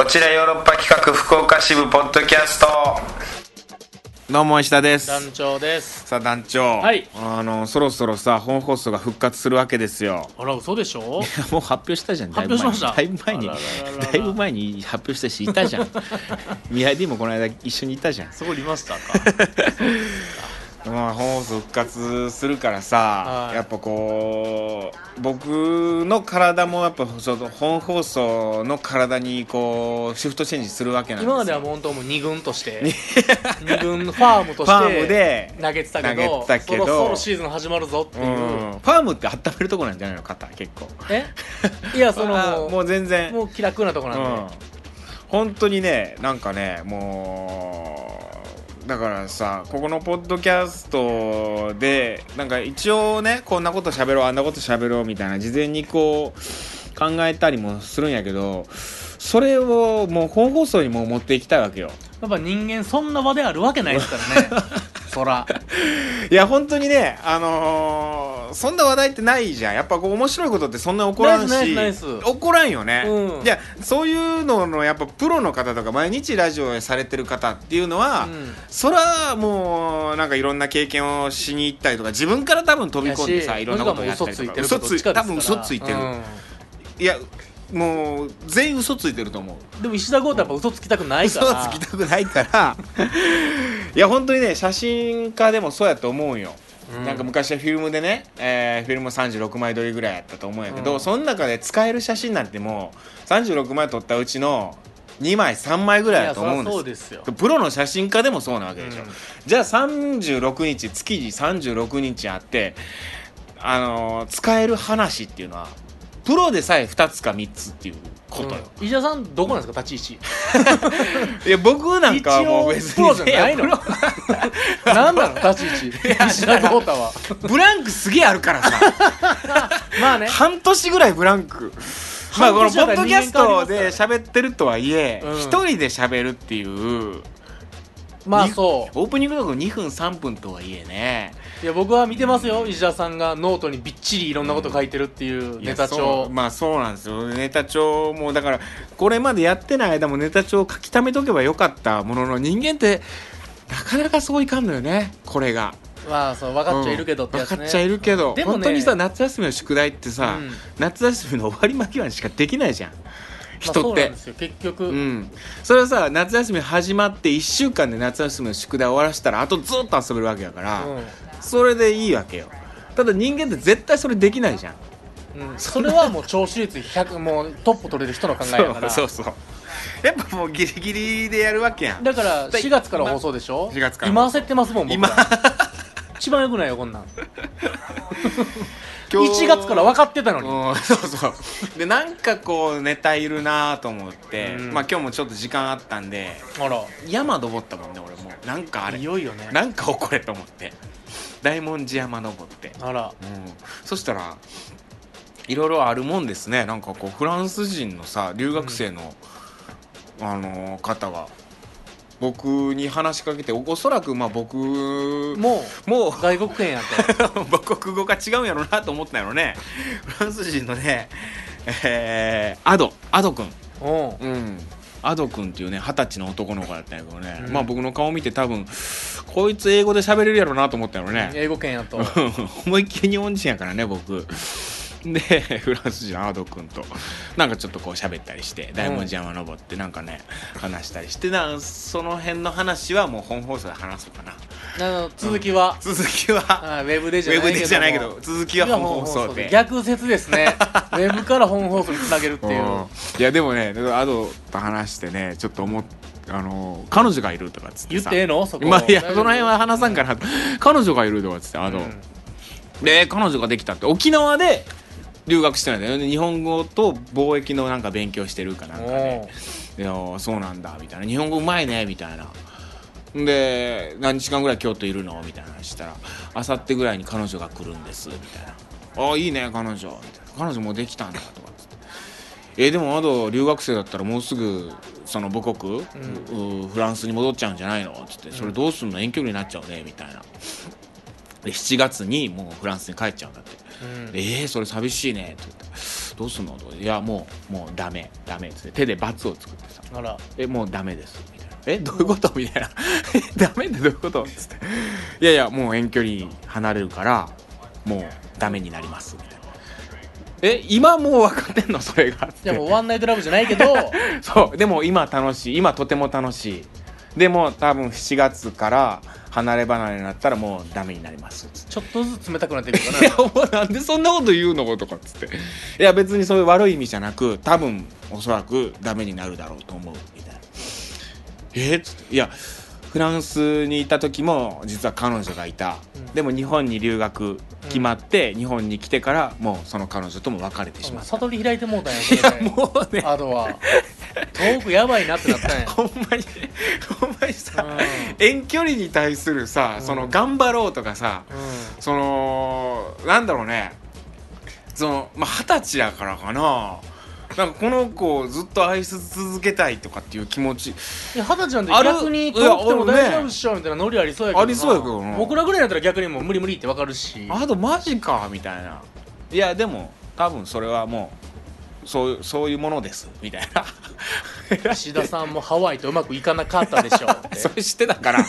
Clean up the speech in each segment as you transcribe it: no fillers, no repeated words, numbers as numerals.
ちらヨーロッパ企画福岡支部ポッドキャスト。どうも石田です。 団長です。 さあ団長、 はい、 そろそろさ本放送が復活するわけですよ。 あら嘘でしょ。 いやもう発表したじゃん。 発表しました。 だいぶ前に発表したしいたじゃん。ミヤディもこの間一緒にいたじゃん。 そこリマスターか。 まあ、本放送復活するからさ、 はい、 やっぱこう僕の体もやっぱその本放送の体にこうシフトチェンジするわけなんですよ。 今までは本当もう2軍として2軍ファームとして投げてたけどそろそろシーズン始まるぞっていう、 ファームって温めるとこなんじゃないの肩結構。 いやそのもう全然もう気楽なとこなんで、 本当にねなんかねもうだからさここのポッドキャストでなんか一応ねこんなこと喋ろうあんなこと喋ろうみたいな事前にこう考えたりもするんやけど、それをもう本放送にも持っていきたいわけよ。 やっぱ人間そんな場であるわけないですからね。そらいや本当にねそんな話題ってないじゃん。やっぱこう面白いことってそんな起こらんし起こらんよね、いやそういうののやっぱプロの方とか毎日ラジオをされてる方っていうのは、そらもうなんかいろんな経験をしに行ったりとか自分から多分飛び込んでさいろんなことをやったりとか多分嘘ついてる、いやもう全員嘘ついてると思う。 でも石田豪太やっぱ嘘つきたくないから嘘つきたくないからいや本当にね写真家でもそうやと思うよ、なんか昔はフィルムでね、フィルム36枚撮りぐらいやったと思うんやけど、その中で使える写真なんてもう36枚撮ったうちの2枚3枚ぐらいだと思うんですよ。 そうですよ。 プロの写真家でもそうなわけでしょ、じゃあ36日月に36日あって使える話っていうのはプロでさえ2つか3つっていうことよ、 石田さんどこなんですか立ち位置。 いや僕なんかはもう別にプロじゃないの。何なの立ち位置石田豪太は。 ブランクすげえあるからさまあね半年ぐらいブランク、まあこのポッドキャストで喋ってるとはいえ一人で喋るっていうまあそうオープニングとか2分3分とはいえね。 いや僕は見てますよ、石田さんがノートにびっちりいろんなこと書いてるっていうネタ帳。 まあそうなんですよ。ネタ帳もだからこれまでやってない間もネタ帳を書き溜めとけばよかったものの、人間ってなかなかそういかんのよねこれが。 まあそう分かっちゃいるけどってやつね、 分かっちゃいるけど、でもね、本当にさ夏休みの宿題ってさ、夏休みの終わり間際にしかできないじゃん人って、 そうなんですよ結局、 それはさ夏休み始まって1週間で夏休みの宿題終わらせたらあとずっと遊べるわけだから、それでいいわけよ。ただ人間って絶対それできないじゃん、 それはもう聴取率100もうトップ取れる人の考えだからそうやっぱもうギリギリでやるわけやん。 だから4月から放送でしょ。 4月から今焦ってますもん僕ら一番よくないよこんなん1月から分かってたのに、 そうでなんかこうネタいるなと思って、まあ今日もちょっと時間あったんで山登ったもんね俺も。なんかあれいよいよねなんかこれと思って大文字山登って、そしたらいろいろあるもんですね。なんかこうフランス人のさ留学生の、方が僕に話しかけて、おそらくまあ僕もう外国圏やって母国語が違うんやろうなと思ったんやろね。フランス人のね、アド君、アド君っていうね20歳の男の子だったんやけどね、まあ僕の顔見て多分こいつ英語で喋れるやろうなと思ったんやろね、 英語圏やと思いっきり日本人やからね僕でフランス人のアド君となんかちょっとこう喋ったりして大文字山登ってなんかね話したりして、その辺の話はもう本放送で話そうかな。 続きは、 ウェブでじゃないけど続きは本放送で。 逆説ですねウェブから本放送につなげるっていう、 いやでもねアドと話してねちょっと彼女がいるとかっつってさ、 言ってええのそこ、 まあいやその辺は話さんから彼女がいるとかっつってで彼女ができたって沖縄で留学してるんだよね。日本語と貿易のなんか勉強してるかなんかで、いやそうなんだみたいな、日本語うまいねみたいな。で何日間ぐらい京都いるのみたいな話したら、あさってぐらいに彼女が来るんですみたいな。あいいね彼女みたいな、彼女もうできたんだとかつって、でもまだ留学生だったらもうすぐその母国、フランスに戻っちゃうんじゃないのつって、それどうすんの遠距離になっちゃうねみたいなで7月にもうフランスに帰っちゃうんだって、それ寂しいねって言ってどうすんのといやもうダメって手で罰を作ってさもうダメですみたいなどういうことみたいなダメってどういうことつっていやもう遠距離離れるからもうダメになりますみたいな今もう分かってんのそれがいやもうワンナイトラブじゃないけどそうでも今楽しい今とても楽しいでも多分7月から離れ離れになったらもうダメになりますちょっとずつ冷たくなっていくからいやお前なんでそんなこと言うのとかっつっていや別にそういう悪い意味じゃなく多分おそらくダメになるだろうと思うみたいなつっていやフランスにいた時も実は彼女がいた、でも日本に留学決まって、日本に来てからもうその彼女とも別れてしまった悟り開いてもうたんやそれでいやもうねあとは遠くやばいなってなったんやほんまにさ、遠距離に対するさ、その頑張ろうとかさ、そのなんだろうねその20歳だからかななんかこの子をずっと愛し続けたいとかっていう気持ち 20歳なんて逆に遠くても大丈夫っしょみたいなノリありそうやけどなありそうやけどな僕らぐらいだったら逆にもう無理って分かるしあとマジかみたいないやでも多分それはもうそういうものですみたいな石田さんもハワイとうまくいかなかったでしょってそれ知ってたから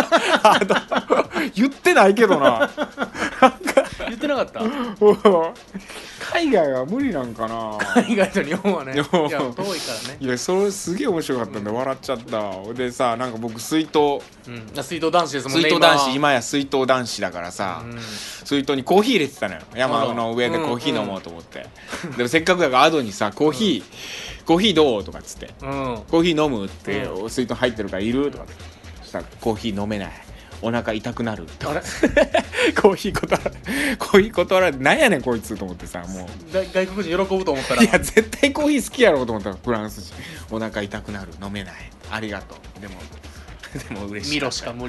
言ってないけどな言ってなかった海外は無理なんかな海外と日本はねいや遠いからねいやそれすげえ面白かったんで、笑っちゃったでさなんか僕水筒男子ですもんね水筒男子今や水筒男子だからさ、水筒にコーヒー入れてたのよ山の上でコーヒー飲もうと思って、でもせっかくだからアドにさコーヒーどうとかっつって、コーヒー飲むって、水筒入ってるからいるとかってそしたらコーヒー飲めないお腹痛くなるとかコーヒー断られてなんやねんこいつと思ってさもう外国人喜ぶと思ったらいや絶対コーヒー好きやろうと思ったらフランス人お腹痛くなる飲めないありがとうでも嬉しいミロしか無理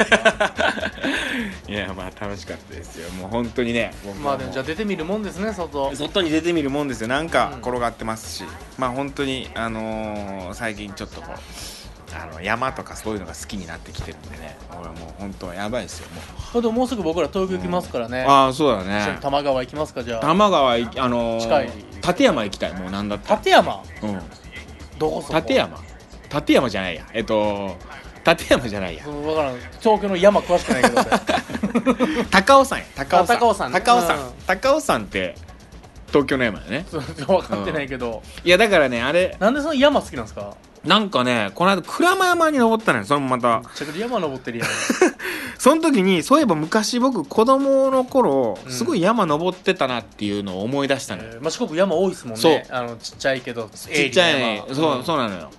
いやまあ楽しかったですよもう本当にねまあでもじゃあ出てみるもんですね外に出てみるもんですよなんか転がってますし、まあ本当に最近ちょっとこう山とかそういうのが好きになってきてるんでね俺はもう本当はやばいですよもうすぐ僕ら東京行きますからね、 ああそうだね多摩川行きますかじゃあ多摩川近い立山行きたいもうなんだった立山どこそこ立山じゃないや立山じゃないや分からん東京の山詳しくないけど高尾山高尾山って東京の山だね分かってないけど、 いやだからねあれなんでその山好きなんですかなんかねこの間鞍馬山に登ったのよそれもまためっちゃ山登ってるやんその時にそういえば昔僕子供の頃すごい山登ってたなっていうのを思い出したのよ、 四国山多いですもんねちっちゃいけどちっちゃいねそうなのよ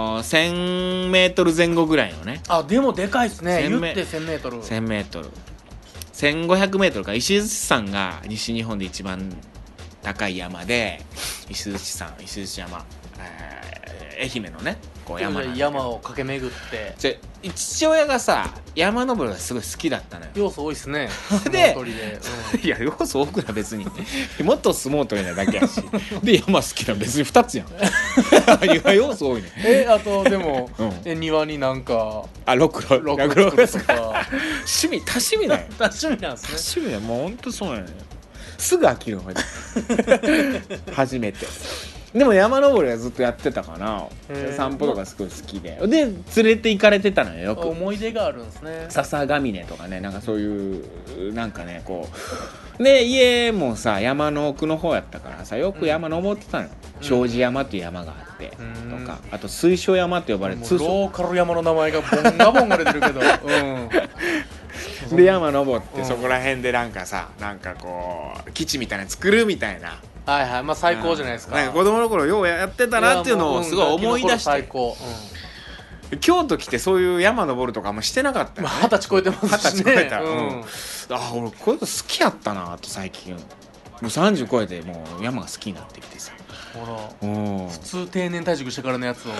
1000メートル前後ぐらいのねでもでかいっすね言って1000メートル 1000メートル1500メートルか石鎚山が西日本で一番高い山で石鎚山愛媛のねこう山を駆け巡って父親がさ山登りがすごい好きだったのよ要素多いっすねでいや要素多くない別にもっと相撲取りなだけやしで山好きな別に2つやんいや要素多いねあとでも、庭になんかろくろとか多趣味だよ多趣味なんですね多趣味だよもうほんとそうやねすぐ飽きるの初めてでも山登りはずっとやってたかな散歩とかすごい好きで連れて行かれてたのよよく思い出があるんですね笹ヶ峰とかねなんかそういうなんかねこうで家もさ山の奥の方やったからさよく山登ってたのよ障子山っていう山があってとかあと水晶山って呼ばれるローカル山の名前がボンガボンが出てるけどで山登ってそこら辺でなんかさなんかこう基地みたいなの作るみたいなまあ最高じゃないですかなんか子供の頃ようやってたなっていうのをすごい思い出して最高京都来てそういう山登るとかあんましてなかったよね 20歳超えてますしね 20歳超えた俺こういうの好きやったなと最近もう30超えてもう山が好きになってきてさ普通定年退職してからのやつを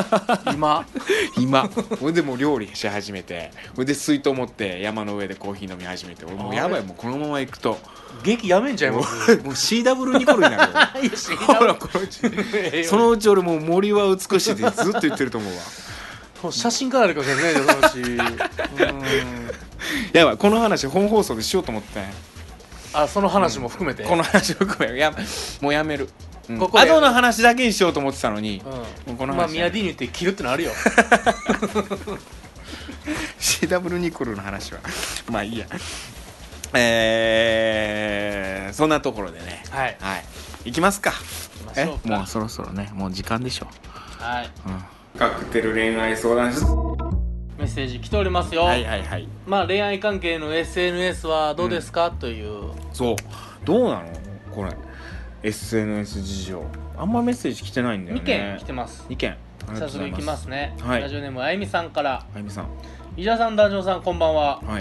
今俺でもう料理し始めて俺で水筒持って山の上でコーヒー飲み始めて俺もうやばいもうこのまま行くと劇やめんじゃいますもう CW ニコルになるほらこのうちそのうち俺もう森は美しいってずっと言ってると思うわ写真家になるかもしれないねそのうちやばい、この話本放送でしようと思ってたね。 あ、その話も含めて、 この話も含めもうやめる、 ここで後の話だけにしようと思ってたのに、もうこの話まあミヤディーニって切るってのあるよ CW ニコルの話はまあいいや。そんなところでね、はい、行きますか。もうそろそろね、もう時間でしょ。 はい、 カクテル恋愛相談室、 メッセージ来ておりますよ。 はいはいはい。 まあ恋愛関係の SNS はどうですか、という。 そう、どうなのこれ SNS 事情。あんまメッセージ来てないんだよね。 2件来てます。 2件。 早速いきますね、 はい、 ラジオネームあゆみさんから。 あゆみさん、 伊沢さん、男女さん、こんばんは。 はい、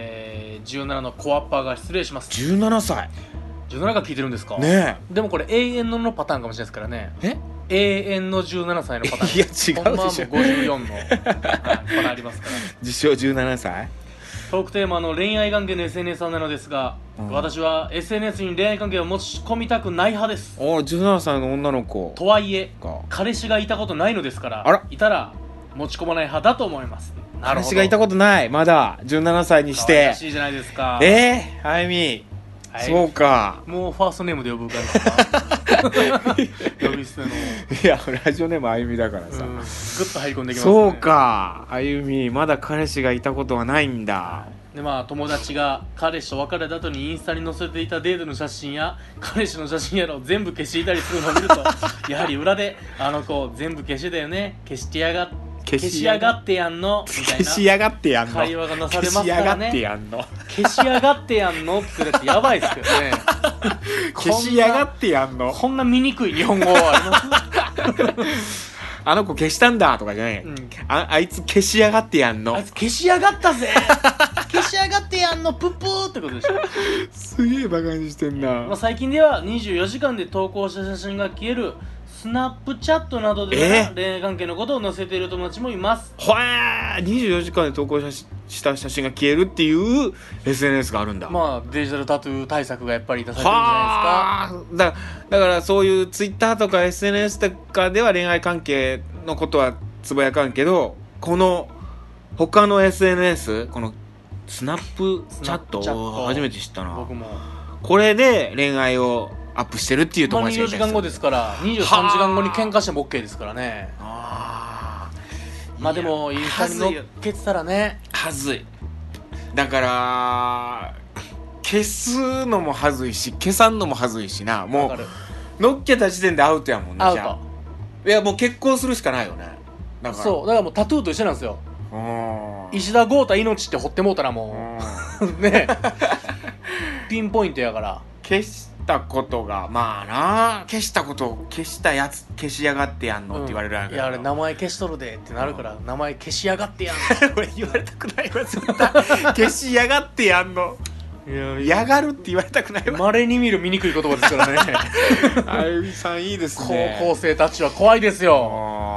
17のコアッパーが失礼します。 17歳 17が聞いてるんですかね。 え、でもこれ永遠のパターンかもしれないですからね。永遠の17歳のパターン。 いや違うでしょ。 ほんまはもう54の、パターンありますから。 自称17歳。 トークテーマの恋愛関係の SNS なのですが、私は SNS に恋愛関係を持ち込みたくない派です。 17歳の女の子とはいえ彼氏がいたことないのですから、いたら持ち込まない派だと思います。 彼氏がいたことない、まだ17歳にして。 らしいじゃないですか。 あゆみ、そうか。 もうファーストネームで呼ぶから呼び捨ての。 いやラジオネームあゆみだからさ、 グッと入り込んできますね。 そうか、あゆみまだ彼氏がいたことはないんだ。 でまあ友達が彼氏と別れた後にインスタに載せていたデートの写真や彼氏の写真やらを全部消していたりするのを見るとやはり裏であの子全部消してたよね、消しやがってやんのみたいな消しやがってやんの会話がなされますからね。 消しやがってやんの消しやがってやんのってやつやばいっすけどね消しやがってやんの、 こんな醜い日本語ありますあの子消したんだとかじゃない、あいつ消しやがってやんの、 あいつ消しやがったぜ消しやがってやんのプップーってことでしょ。 すげえバカにしてんな。 まあ、最近では24時間で投稿した写真が消えるスナップチャットなどで恋愛関係のことを載せている友達もいます。 24時間で投稿した写真が消えるっていう SNS があるんだ。 まあデジタルタトゥー対策がやっぱり出されてるんじゃないですか。 だからそういうツイッターとか SNS とかでは恋愛関係のことはつぶやかんけど、この他の SNS、 このスナップチャット初めて知ったな。 僕もこれで恋愛をアップしてるっていう友達がいたりする。 24時間後ですから23時間後に喧嘩しても OK ですからね。まあでもインスタに乗っけてたらね、 はずい。だから消すのもはずいし消さんのもはずいしな。もう乗っけた時点でアウトやもんね。 アウト。 いやもう結婚するしかないよね。 だからもうタトゥーと一緒なんですよ。石田豪太命って掘ってもうたらもうねピンポイントやから。 消したことがまあな、消したことを消したやつ消しやがってやんのって言われるわけ、 いやあれ名前消しとるでってなるから、名前消しやがってやんの俺言われたくないわ絶対消しやがってやんの、やがるって言われたくないわ。 稀に見る醜い言葉ですからねあゆみさんいいですね。 高校生たちは怖いですよ。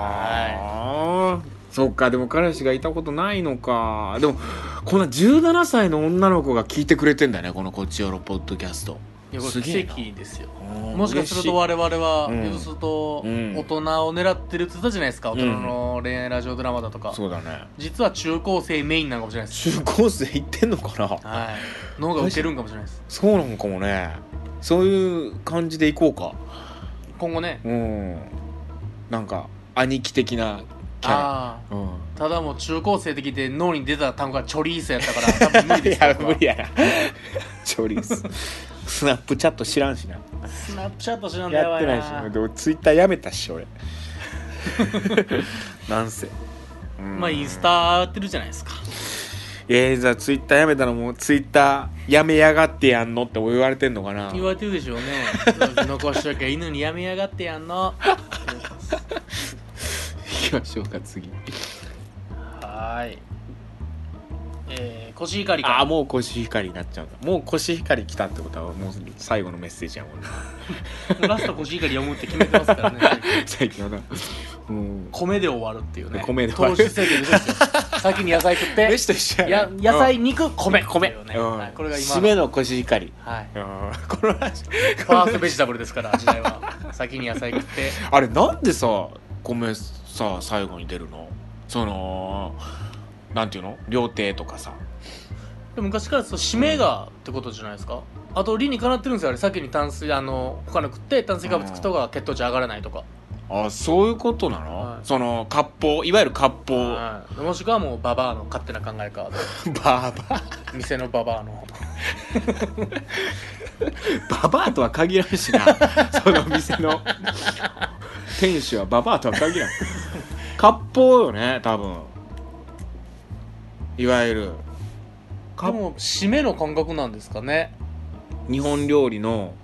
そっか。でも彼氏がいたことないのか。でもこんな17歳の女の子が聞いてくれてんだね、このこっちよろポッドキャスト。 いやこれ奇跡ですよ。もしかすると我々は要すると大人を狙ってるって言ったじゃないですか、大人の恋愛ラジオドラマだとか。 そうだね。 実は中高生メインなのかもしれないです。 中高生行ってんのかな。 脳が受けるんかもしれないです。 そうなのかもね。そういう感じでいこうか今後ね。 なんか兄貴的なキャラ。 ただもう中高生できて脳に出た単語がチョリースやったから多分無理ですよ。 いや無理やなチョリーススナップチャット知らんしな。 スナップチャット知らんだよ。 やってないし。でもツイッターやめたし俺なんせまあインスタやってるじゃないですか。 じゃあツイッターやめたらもうツイッターやめやがってやんのって言われてんのかな。 言われてるでしょうね残しときゃ犬にやめやがってやんの行きましょうか次。 コシヒカリか。 もうコシヒカリになっちゃうんだ。もうコシヒカリ来たってことはもう最後のメッセージやもんねラストコシヒカリ読むって決めてますからね最近はな。 米で終わるっていうね。 米で終わる。 糖質制限でしょ先に野菜食って飯と一緒やね。 野菜肉米これが今締めのコシヒカリ。この話ファーストベジタブルですから時代は先に野菜食って。 あれなんでさ米さ最後に出るの？そのなんていうの料亭とかさで昔からそう締めがってことじゃないですか。あと理にかなってるんですよあれ。先に炭水他の食って炭水化物食った方が血糖値上がらないとか。 あ、そういうことなの、 はい、 その割烹、いわゆる割烹、 はい、もしくはもうババアの勝手な考えかババア店のババアのババアとは限らんしなその店の店主はババアとは限らん割烹よね多分、いわゆるでも締めの感覚なんですかね。 日本料理の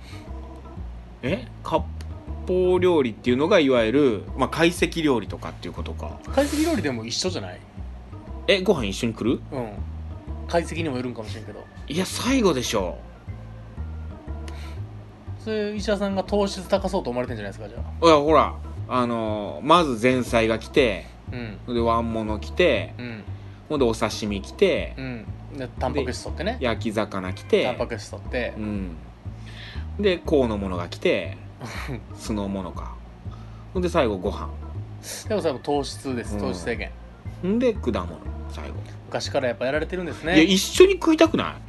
割烹料理っていうのがいわゆる、まあ、懐石料理とかっていうことか。 懐石料理でも一緒じゃない？ ご飯一緒に来る？ うん、懐石にもよるんかもしれんけど。 いや最後でしょ。 それ石田さんが糖質高そうと思われてんじゃないですか。じゃあいやほらまず前菜が来て、 うん、 でワンモノ来て、 うん、 ほんでお刺身来て、 うん、でタンパク質取ってね、 焼き魚来て、 タンパク質取って、 うん、で香のものが来て酢のものか、ほんで最後ご飯でも最後糖質です、糖質制限。 ほんで果物最後。 昔からやっぱやられてるんですね。 いや一緒に食いたくない？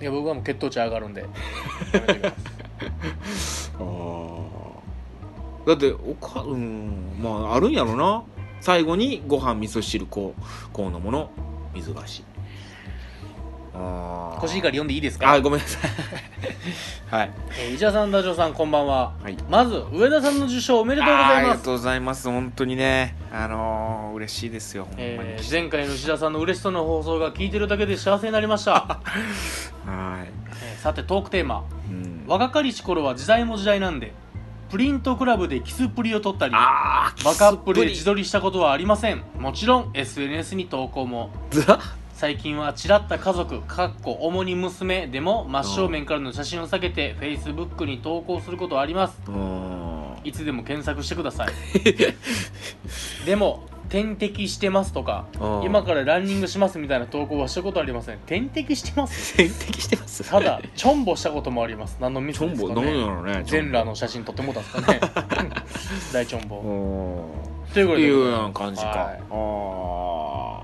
いや僕はもう血糖値上がるんでやめてきますだってまああるんやろな。最後にご飯味噌汁こうのもの水菓子。 コシヒカリ読んでいいですか？ ごめんなさいはい、 石田さん、ダジョウさん、こんばんは、 はい、 まず上田さんの受賞おめでとうございます。 ありがとうございます。本当にね嬉しいですよ、ほんまに。 前回の石田さんの嬉しそうな放送が聞いてるだけで幸せになりましたはい、さてトークテーマ、若かりし頃は時代も時代なんでプリントクラブでキスプリを撮ったりバカップルで自撮りしたことはありません。もちろん SNS に投稿も最近はチラッた家族主に娘でも真正面からの写真を避けて Facebook に投稿することはあります。いつでも検索してくださいでも点滴してますとか今からランニングしますみたいな投稿はしたことありません。点滴してます点滴してますただチョンボしたこともあります。何のミスですかね。 チョンボ何やろね。 全裸の写真撮ってもうたんですかね大チョンボということでいうような感じか、はい、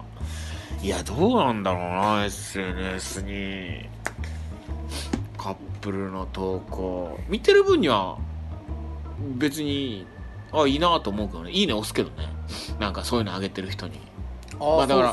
いやどうなんだろうな SNS にカップルの投稿見てる分には別にいいなと思うけどね。いいね押すけどね。なんかそういうのあげてる人にだから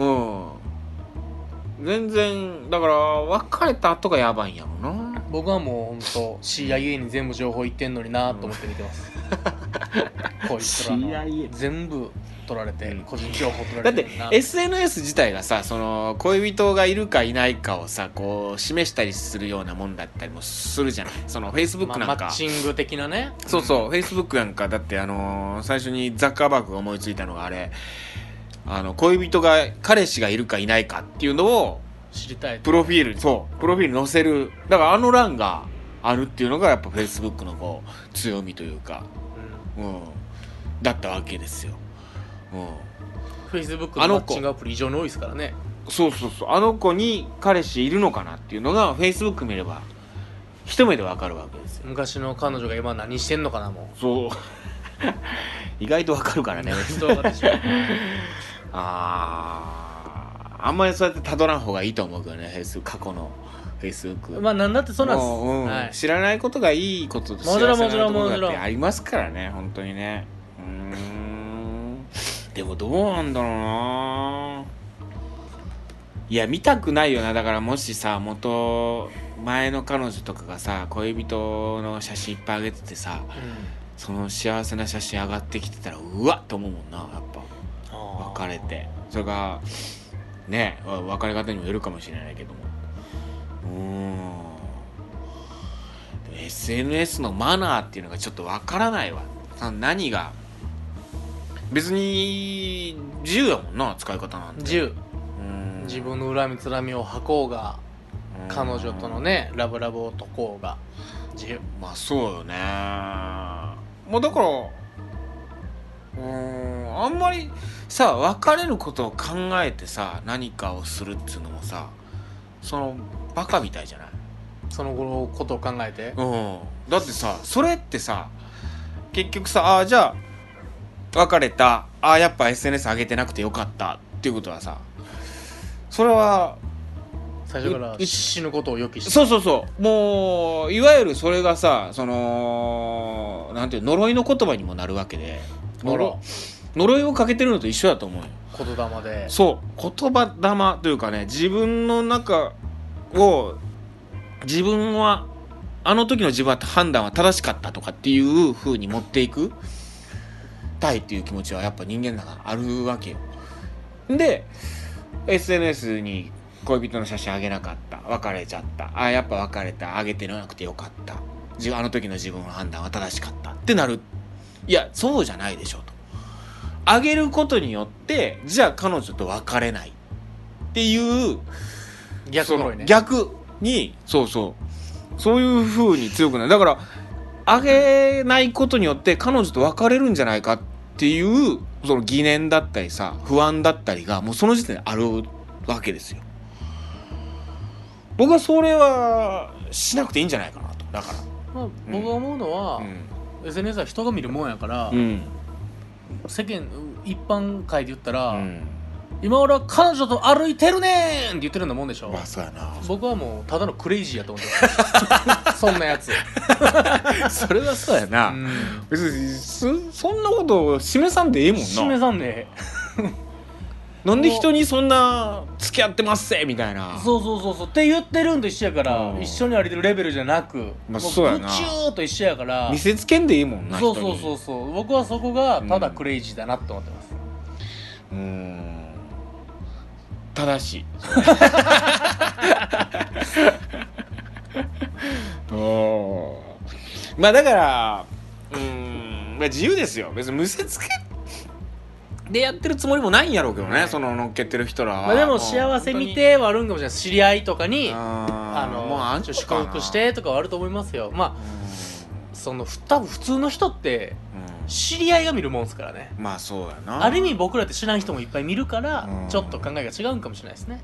全然だから別れた後がやばいんやろな。 僕はもうほんと CIA に全部情報いってんのになと思って見てますこいつらの CIA 全部取られて、個人情報取られてるな。 だって SNS 自体がさその恋人がいるかいないかをさこう示したりするようなもんだったりもするじゃない。その Facebook なんか、 マッチング的なね。 そうそう、Facebook なんかだって最初にザッカーバーグが思いついたのがあれ恋人が彼氏がいるかいないかっていうのを知りたいプロフィールに載せる。だから欄があるっていうのがやっぱ Facebook のこう強みというか、だったわけですよ。 Facebook のマッチングアプリ異常に多いですからね。 そうあの子に彼氏いるのかなっていうのが Facebook 見れば一目でわかるわけですよ。 昔の彼女が今何してんのかな。もうそう意外とわかるからねあんまりそうやってたどらん方がいいと思うけどね。過去の Facebook なんだってそうなんです、知らないことがいいことと幸せなことだってありますからね本当にね。でもどうなんだろうな。いや見たくないよな。だからもしさ前の彼女とかがさ恋人の写真いっぱいあげててさ、その幸せな写真上がってきてたらうわっと思うもんな。やっぱ別れてそれがね別れ方にもよるかもしれないけどもSNS のマナーっていうのがちょっとわからないわ。何が別に自由だもんな使い方なんて。 自由。自分の恨みつらみを吐こうが彼女とのねラブラブを解こうが自由。 まあそうよね。もうだからあんまりさ別れることを考えてさ何かをするっていうのもさそのバカみたいじゃない。 そのことを考えてだってさそれってさ結局さじゃあ別れたやっぱ SNS 上げてなくてよかったっていうことはさそれは最初から死ぬことを予期して、 そうもういわゆるそれがさ、そのなんていう呪いの言葉にもなるわけで、呪いをかけてるのと一緒だと思うよ。 言霊で、 そう言葉霊というかね、自分の中を自分はあの時の自分は判断は正しかったとかっていう風に持っていくたいっていう気持ちはやっぱ人間の中あるわけよ。で SNS に恋人の写真あげなかった、別れちゃった、あやっぱ別れた、あげてなくてよかった、あの時の自分の判断は正しかったってなる。いやそうじゃないでしょと。あげることによってじゃあ彼女と別れないっていう逆呪いね。 逆にそういう風に強くなる。だからあげないことによって彼女と別れるんじゃないかっていうその疑念だったりさ、不安だったりがもうその時点であるわけですよ。僕はそれはしなくていいんじゃないかなと。だから、 まあ、僕が思うのは、SNS は人が見るもんやから、世間一般界で言ったら、今俺は彼女と歩いてるねーんって言ってるようなもんでしょ。 まあそうやな。 僕はもうただのクレイジーやと思ってますそんなやつそれはそうやな、別にそんなことを示さんでええもんな。 示さんでなんで人にそんな付き合ってますせみたいな。 そうって言ってるんと一緒やから、一緒に歩いてるレベルじゃなく、 まあそうやな、 ブチューと一緒やから見せつけんでいいもんな。 そう僕はそこがただクレイジーだなって思ってます。 正しいまあだからまあ自由ですよ。別に見せつけでやってるつもりもないんやろうけどね、その乗っけてる人らは。 まあでも幸せ見てはあるんかもしれない。知り合いとかにもう祝福してとかはあると思いますよ。まあその多分普通の人って知り合いが見るもんですからね。 まあそうやな。 ある意味僕らって知らん人もいっぱい見るからちょっと考えが違うんかもしれないですね。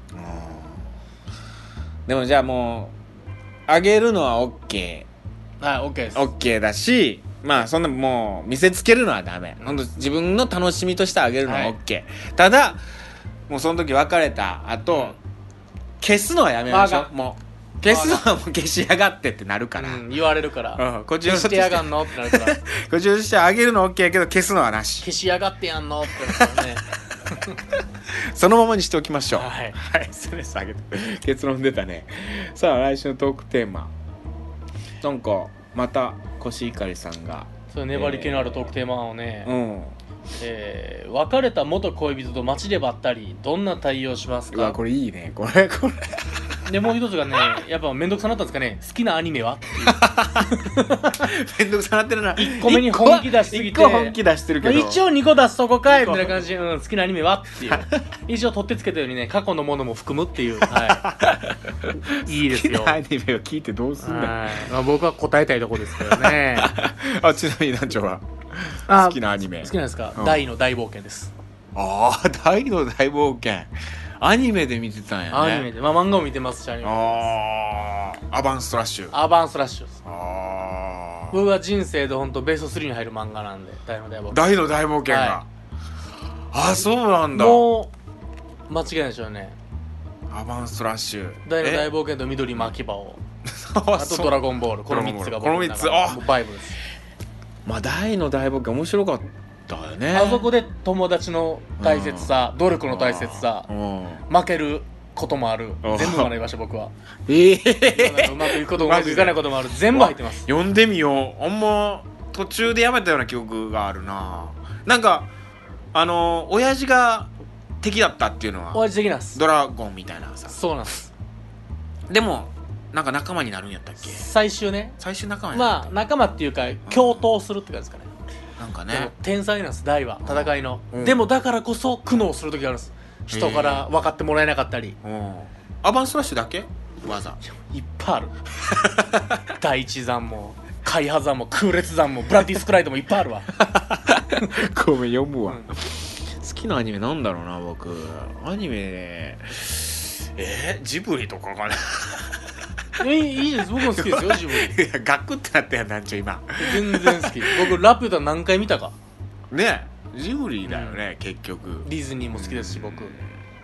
でもじゃあもうあげるのは OK。 はい、 OK です。 OK だし、まあそんなもう見せつけるのはダメ。ほんと自分の楽しみとしてあげるのは OK、ただもうその時別れた後、消すのはやめましょう。もう消すのはもう消しやがってってなるから、 言われるから、 こっち消してやがんのってなるからこっちとしてあげるの OK やけど消すのはなし。 消しやがってやんのってなるからねそのままにしておきましょう。 はい、 ストレス上げて結論出たね。さあ来週のトークテーマ、なんかまたコシヒカリさんがそう粘り気のあるトークテーマをね、別れた元恋人と街でばったりどんな対応しますか。 うわこれいいね。これでもう一つがね、やっぱ面倒くさなったんですかね、好きなアニメはっていうめんどくさなってるな。 1個目に本気出しすぎて、 1個本気出してるけど、 一応2個出すとこかいみたいな感じで、好きなアニメはっていう一応取ってつけたようにね、過去のものも含むっていう、いいですよ。 好きなアニメを聞いてどうすんだよ。 まあ、僕は答えたいとこですけどねちなみに団長は好きなアニメ。 好きなんですか、大の大冒険です。 大の大冒険アニメで見てたんやね。 アニメで、まあ漫画も見てますし、アニメアバンストラッシュ。 アバンストラッシュです。僕は人生で本当ベスト3に入る漫画なんで、大の大冒険。 大の大冒険が、そうなんだ。 もう間違いないでしょうね。 アバンストラッシュ、 大の大冒険と緑巻き場をあとドラゴンボール、この3つが僕の中のバイブルです。 まあ大の大冒険面白かったよね。 あそこで友達の大切さ、努力の大切さ、負けることもある、全部学びました僕は。うまくいくこともうまくいかないこともある、全部入ってます。 読んでみよう。途中でやめたような記憶があるな。なんか親父が敵だったっていうのは、 親父的なんです。 ドラゴンみたいなさ。 そうなんです。 でもなんか仲間になるんやったっけ、 最終ね。 最終仲間になる。 まあ仲間っていうか共闘するって感じですかね。 なんかね、 天才なんです大は、戦いの。でもだからこそ苦悩する時があるんです。人から分かってもらえなかったり。 アバンストラッシュだけ技いっぱいある第一山も海波山も空烈山もブラディスクライドもいっぱいあるわごめん読むわ、好きなアニメなんだろうな。僕アニメジブリとかかないいです僕も好きですよジブリ。 いやガクってなったやんなんちょ今。 全然好き。僕ラピュタ何回見たかね。ジブリだよね、結局。 ディズニーも好きですし僕。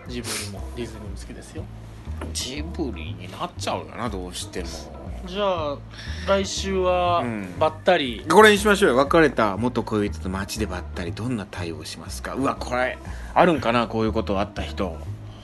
ジブリもディズニーも好きですよ。 ジブリになっちゃうよな、どうしても。 じゃあ来週はばったり、 これにしましょうよ。別れた元恋人と街でばったり、どんな対応しますか。うわ、これあるんかな、こういうことあった人。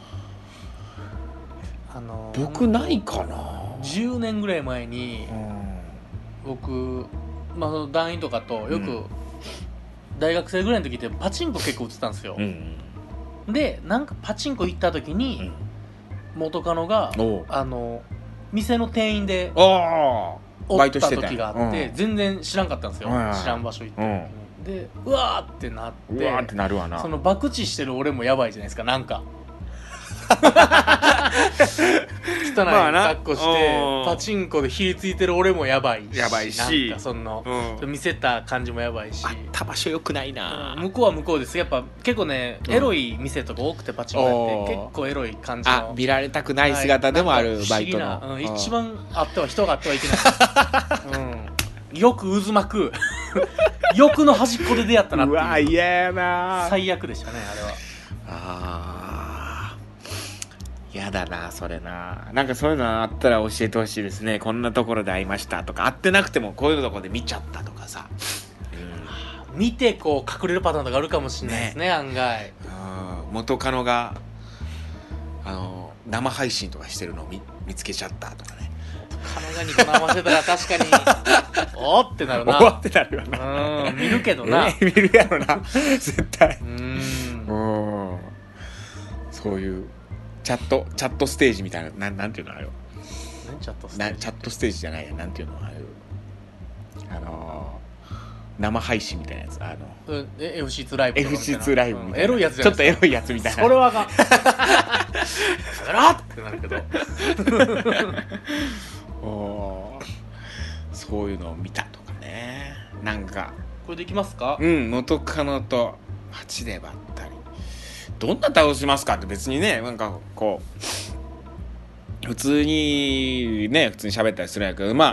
僕ないかな。 10年ぐらい前に、僕、団員とかとよく大学生ぐらいの時ってパチンコ結構打ってたんですよ、でなんかパチンコ行った時に、元カノが店の店員でおった時があって、全然知らんかったんですよ、知らん場所行って、でうわーってなって、 うわーってなるわな。 その博打してる俺もやばいじゃないですか、なんか汚い格好してパチンコで火ついてる俺もやばいし、なんかその、見せた感じもやばいし、 あった場所よくないな、 向こうは向こうです。やっぱ結構ね、エロい店とか多くて、パチンコやって結構エロい感じの、 見られたくない姿でもあるバイトの、 一番人があってはいけない、よく渦巻く欲の端っこで出会ったなっていう。 うわ嫌やな、 最悪でしたね、あれは。 やだなそれな。なんかそういうのあったら教えてほしいですね。こんなところで会いましたとか、会ってなくてもこういうところで見ちゃったとかさ、 見てこう隠れるパターンとかあるかもしれないですね、案外。 元カノが生配信とかしてるのを 見つけちゃったとかね。 カノがニコ生してたら確かにおーってなるな。 おーってなるよな。 見るけどな、 見るやろな絶対。そういうチャットステージみたいな、なんていうのあれは。 チャットステージじゃないや、なんていうのあれ、生配信みたいなやつ、 FC2 ライブ FC2 ライブみたいな、 エロいやつじゃないですか。 ちょっとエロいやつみたいな。 それはあかんやらってなるけどそういうのを見たとかね。なんかこれできますか。 元カノと街でばったり、どんな対応しますかって別にね、なんかこう普通に喋ったりするんやけど、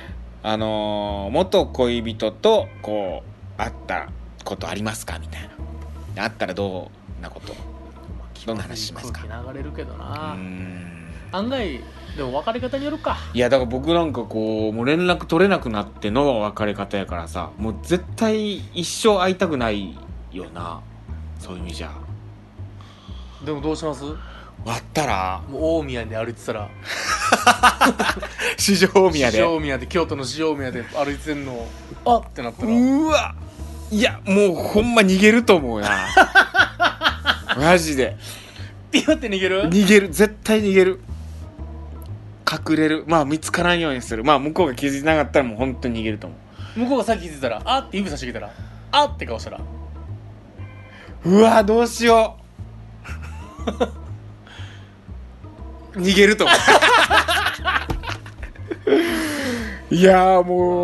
元恋人とこう会ったことありますかみたいな。あったらどんなこと、どんな話しますか。 空気流れるけどな、案外。でも別れ方によるか。 いやだから僕なんかこうもう連絡取れなくなっての別れ方やからさ、もう絶対一生会いたくないよな、そういう意味じゃ。 でもどうします。 割ったらもう大宮で歩いてたら四条大宮で京都の四条大宮で歩いてんのあってなったら、 うわ、いやもうほんま逃げると思うなマジでピュって逃げる、絶対逃げる、隠れる、見つからんようにする。向こうが気づいてなかったらもう本当に逃げると思う。向こうがさっき気づいたらあって指差してきたらあって顔したら、 うわどうしよう逃げると思ういや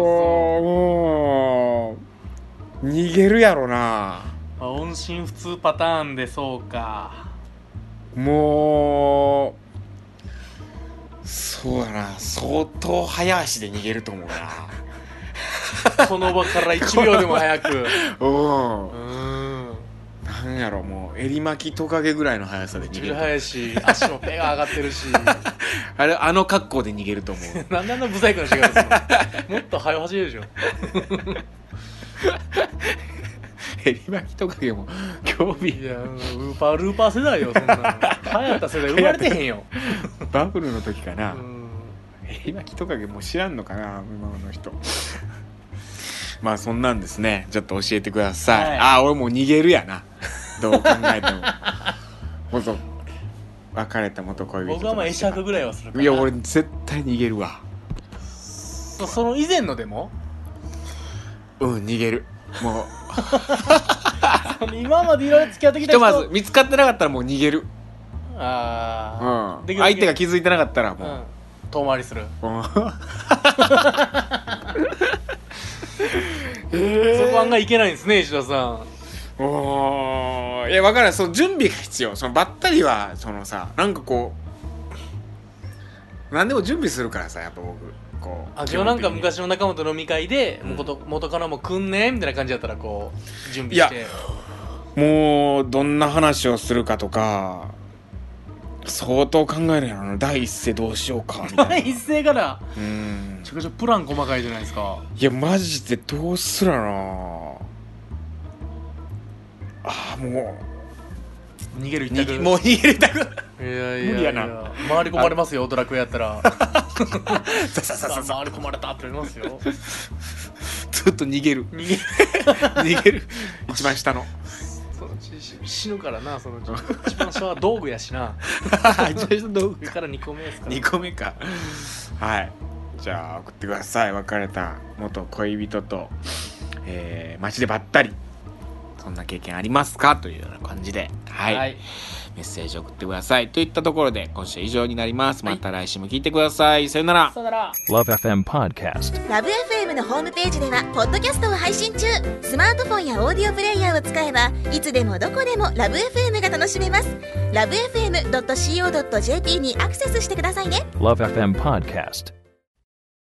もう逃げるやろな。 音信不通パターンで。そうか、 もうそうだな、相当早足で逃げると思うなその場から1秒でも早くなんやろ、もう襟巻きトカゲぐらいの速さで逃げる。 速いし、足もペが上がってるしあの格好で逃げると思うなんであんなブサイクな仕方するのもっと速走れるでしょ襟巻きトカゲも興味、 いやルーパー世代よ、そんなの流行った世代生まれてへんよバブルの時かな。襟巻きトカゲもう知らんのかな、今の人そんなんですね。ちょっと教えてください、俺もう逃げるやなどう考えても別れた元恋人。 僕は会釈ぐらいはするかな。 いや俺絶対逃げるわ。 その以前のでも逃げる、もう今までいろいろ付き合ってきた人、 まず見つかってなかったらもう逃げる。 相手が気づいてなかったらもう、 遠回りするそこ案外いけないんですね、石田さん。 いや分からない、その準備が必要。そのばったりはそのさ、なんかこう何でも準備するからさ、やっぱ僕こう。 今日なんか昔の仲間と飲み会で、元カノも来んねみたいな感じだったらこう準備して。 いやもうどんな話をするかとか、 相当考えるやろな。第一声どうしようかみたいな。 第一声からめちゃくちゃプラン細かいじゃないですか。 いやマジでどうすらなあ。も逃げるう一択。 もう逃げる一択。 いやいやいや無理やな。 回り込まれますよ、ドラクエやったら。 さささささ回り込まれたってなりますよ。 ずっと逃げる。 逃げ逃げる。一番下の。 そのうち死ぬからな、そのうち。一番下は道具やしな。 一番下の道具上から2個目ですから。 2個目か。はい。じゃあ送ってください。別れた元恋人と、街でばったり。そんな経験ありますかというような感じで、はい。 はい、 メッセージを送ってください。といったところで、今週は以上になります。また来週も聞いてください。さよなら。 さよなら。 LoveFM Podcast。 ラブ FM のホームページではポッドキャストを配信中。スマートフォンやオーディオプレイヤーを使えばいつでもどこでもラブ FM が楽しめます。ラブ FM.co.jp にアクセスしてくださいね。 LoveFM Podcast。